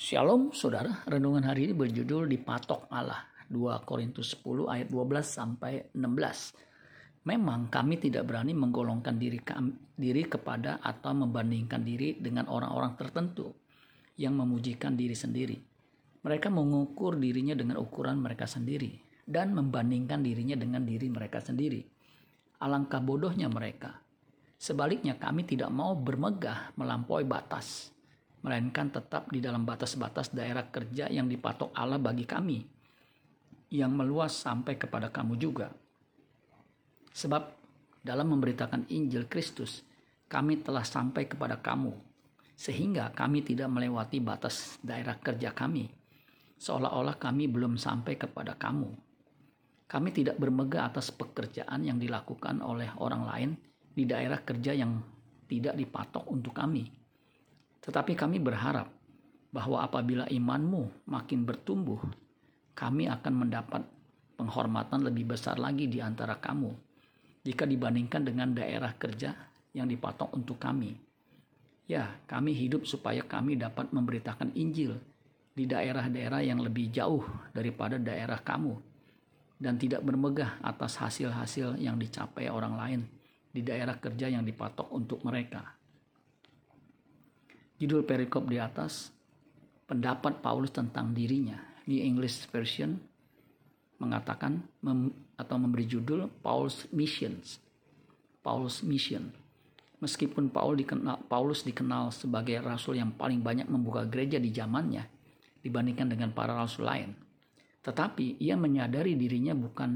Shalom saudara, renungan hari ini berjudul Dipatok Allah, 2 Korintus 10 ayat 12 sampai 16. Memang kami tidak berani menggolongkan diri kepada atau membandingkan diri dengan orang-orang tertentu yang memujikan diri sendiri. Mereka mengukur dirinya dengan ukuran mereka sendiri dan membandingkan dirinya dengan diri mereka sendiri. Alangkah bodohnya mereka. Sebaliknya kami tidak mau bermegah melampaui batas, melainkan tetap di dalam batas-batas daerah kerja yang dipatok Allah bagi kami, yang meluas sampai kepada kamu juga. Sebab dalam memberitakan Injil Kristus, kami telah sampai kepada kamu, sehingga kami tidak melewati batas daerah kerja kami, seolah-olah kami belum sampai kepada kamu. Kami tidak bermegah atas pekerjaan yang dilakukan oleh orang lain di daerah kerja yang tidak dipatok untuk kami. Tetapi kami berharap bahwa apabila imanmu makin bertumbuh, kami akan mendapat penghormatan lebih besar lagi di antara kamu jika dibandingkan dengan daerah kerja yang dipatok untuk kami. Ya, kami hidup supaya kami dapat memberitakan Injil di daerah-daerah yang lebih jauh daripada daerah kamu dan tidak bermegah atas hasil-hasil yang dicapai orang lain di daerah kerja yang dipatok untuk mereka. Judul perikop di atas, pendapat Paulus tentang dirinya. New English Version mengatakan atau memberi judul Paul's Missions. Paul's Mission. Meskipun Paulus dikenal sebagai rasul yang paling banyak membuka gereja di zamannya dibandingkan dengan para rasul lain, tetapi ia menyadari dirinya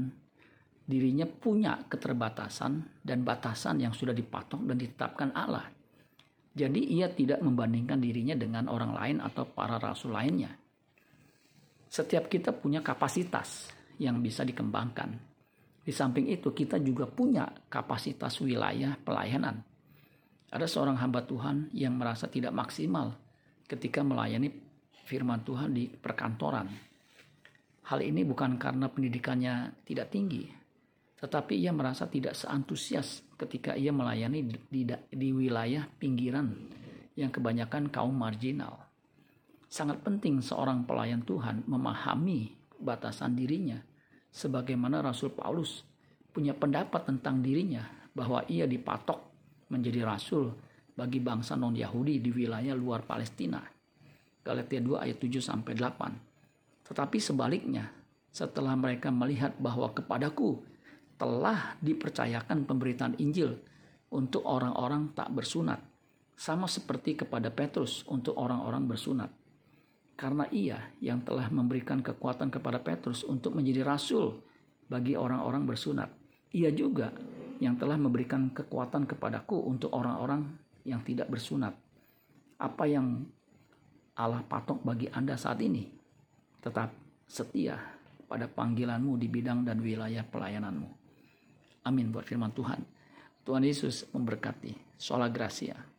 punya keterbatasan dan batasan yang sudah dipatok dan ditetapkan Allah. Jadi ia tidak membandingkan dirinya dengan orang lain atau para rasul lainnya. Setiap kita punya kapasitas yang bisa dikembangkan. Di samping itu kita juga punya kapasitas wilayah pelayanan. Ada seorang hamba Tuhan yang merasa tidak maksimal ketika melayani firman Tuhan di perkantoran. Hal ini bukan karena pendidikannya tidak tinggi, tetapi ia merasa tidak seantusias ketika ia melayani di wilayah pinggiran yang kebanyakan kaum marginal. Sangat penting seorang pelayan Tuhan memahami batasan dirinya, sebagaimana Rasul Paulus punya pendapat tentang dirinya bahwa ia dipatok menjadi rasul bagi bangsa non-Yahudi di wilayah luar Palestina. Galatia 2 ayat 7-8. Tetapi sebaliknya, setelah mereka melihat bahwa kepadaku telah dipercayakan pemberitaan Injil untuk orang-orang tak bersunat, sama seperti kepada Petrus untuk orang-orang bersunat. Karena ia yang telah memberikan kekuatan kepada Petrus untuk menjadi rasul bagi orang-orang bersunat, ia juga yang telah memberikan kekuatan kepadaku untuk orang-orang yang tidak bersunat. Apa yang Allah patok bagi Anda saat ini? Tetap setia pada panggilanmu di bidang dan wilayah pelayananmu. Amin buat firman Tuhan. Tuhan Yesus memberkati. Sola Gracia.